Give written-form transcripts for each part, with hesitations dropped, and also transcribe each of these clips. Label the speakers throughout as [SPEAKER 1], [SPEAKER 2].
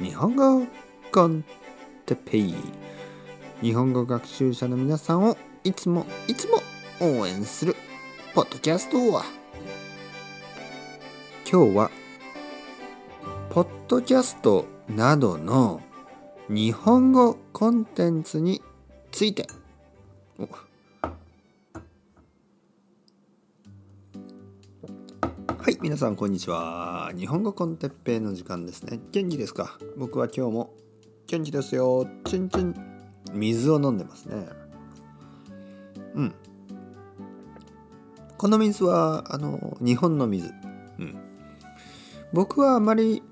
[SPEAKER 1] 日本語コンテッペイ。日本語学習者の皆さんをいつも応援するポッドキャストは、今日はポッドキャストなどの日本語コンテンツについて。はい、皆さんこんにちは。日本語コンテッペイの時間ですね。元気ですか？僕は今日も元気ですよ。チンチン。水を飲んでますね。この水は日本の水。僕はあまり、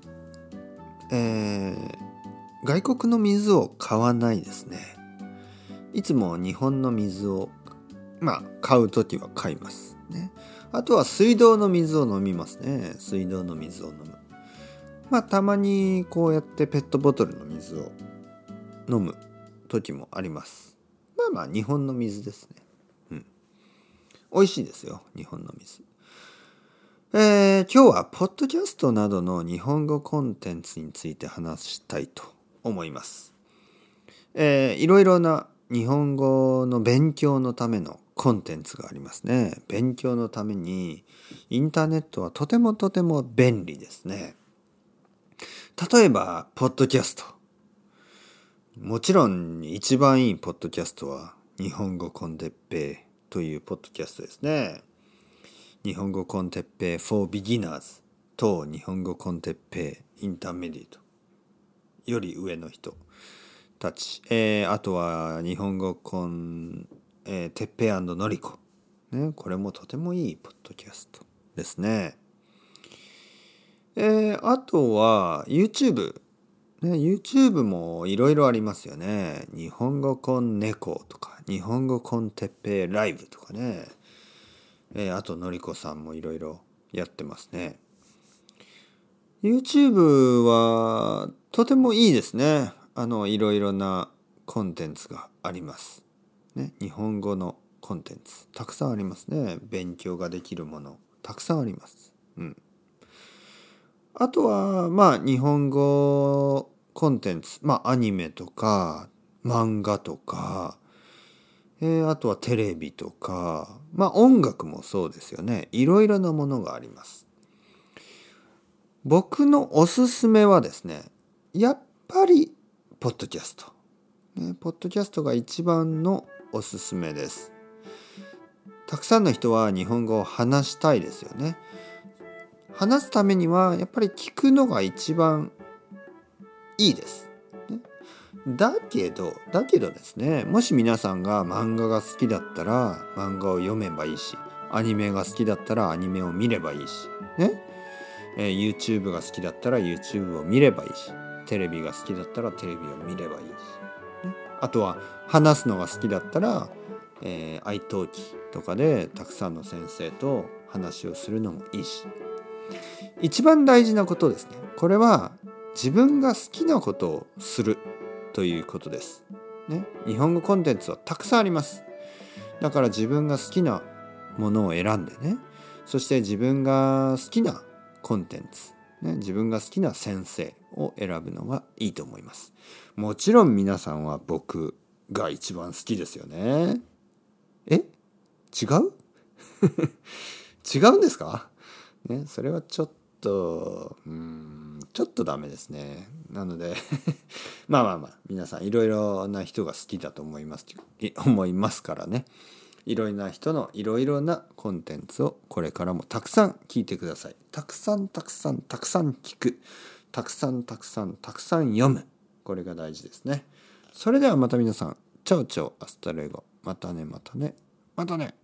[SPEAKER 1] 外国の水を買わないですね。いつも日本の水を買うときは買いますね。あとは水道の水を飲みますね。水道の水を飲む。たまにこうやってペットボトルの水を飲む時もあります。日本の水ですね。美味しいですよ、日本の水。今日はポッドキャストなどの日本語コンテンツについて話したいと思います。いろいろな日本語の勉強のためのコンテンツがありますね。勉強のためにインターネットはとても便利ですね。例えばポッドキャスト。もちろん一番いいポッドキャストは日本語コンテッペイというポッドキャストですね。日本語コンテッペイ for beginners と日本語コンテッペイインターメディエートより上の人たち、あとは日本語コンテッペイ&のりこ、これもとてもいいポッドキャストですね。あとは YouTube、YouTube もいろいろありますよね。日本語コンネコとか日本語コンテッペイライブとかね。あとのりこさんもいろいろやってますね。YouTube はとてもいいですね。いろいろなコンテンツがあります、日本語のコンテンツたくさんありますね。勉強ができるものたくさんあります。あとは日本語コンテンツ、アニメとか漫画とか、あとはテレビとか、音楽もそうですよね。いろいろなものがあります。僕のおすすめはですね、やっぱりポッドキャスト、ポッドキャストが一番のおすすめです。たくさんの人は日本語を話したいですよね。話すためにはやっぱり聞くのが一番いいです、だけどですね、もし皆さんが漫画が好きだったら漫画を読めばいいし、アニメが好きだったらアニメを見ればいいしYouTube が好きだったら YouTube を見ればいいし、テレビが好きだったらテレビを見ればいいし、あとは話すのが好きだったら、iTalki とかでたくさんの先生と話をするのもいいし、一番大事なことですね。これは自分が好きなことをするということです、日本語コンテンツはたくさんあります。だから自分が好きなものを選んでそして自分が好きなコンテンツ、自分が好きな先生を選ぶのがいいと思います。もちろん皆さんは僕が一番好きですよね。違う違うんですか？それはちょっとダメですね。なので皆さんいろいろな人が好きだと思いますからね。いろいろな人のいろいろなコンテンツをこれからもたくさん聞いてください。たくさん聞く。たくさん読む。これが大事ですね。それではまた皆さん、チャオチャオアスタレゴ。またね。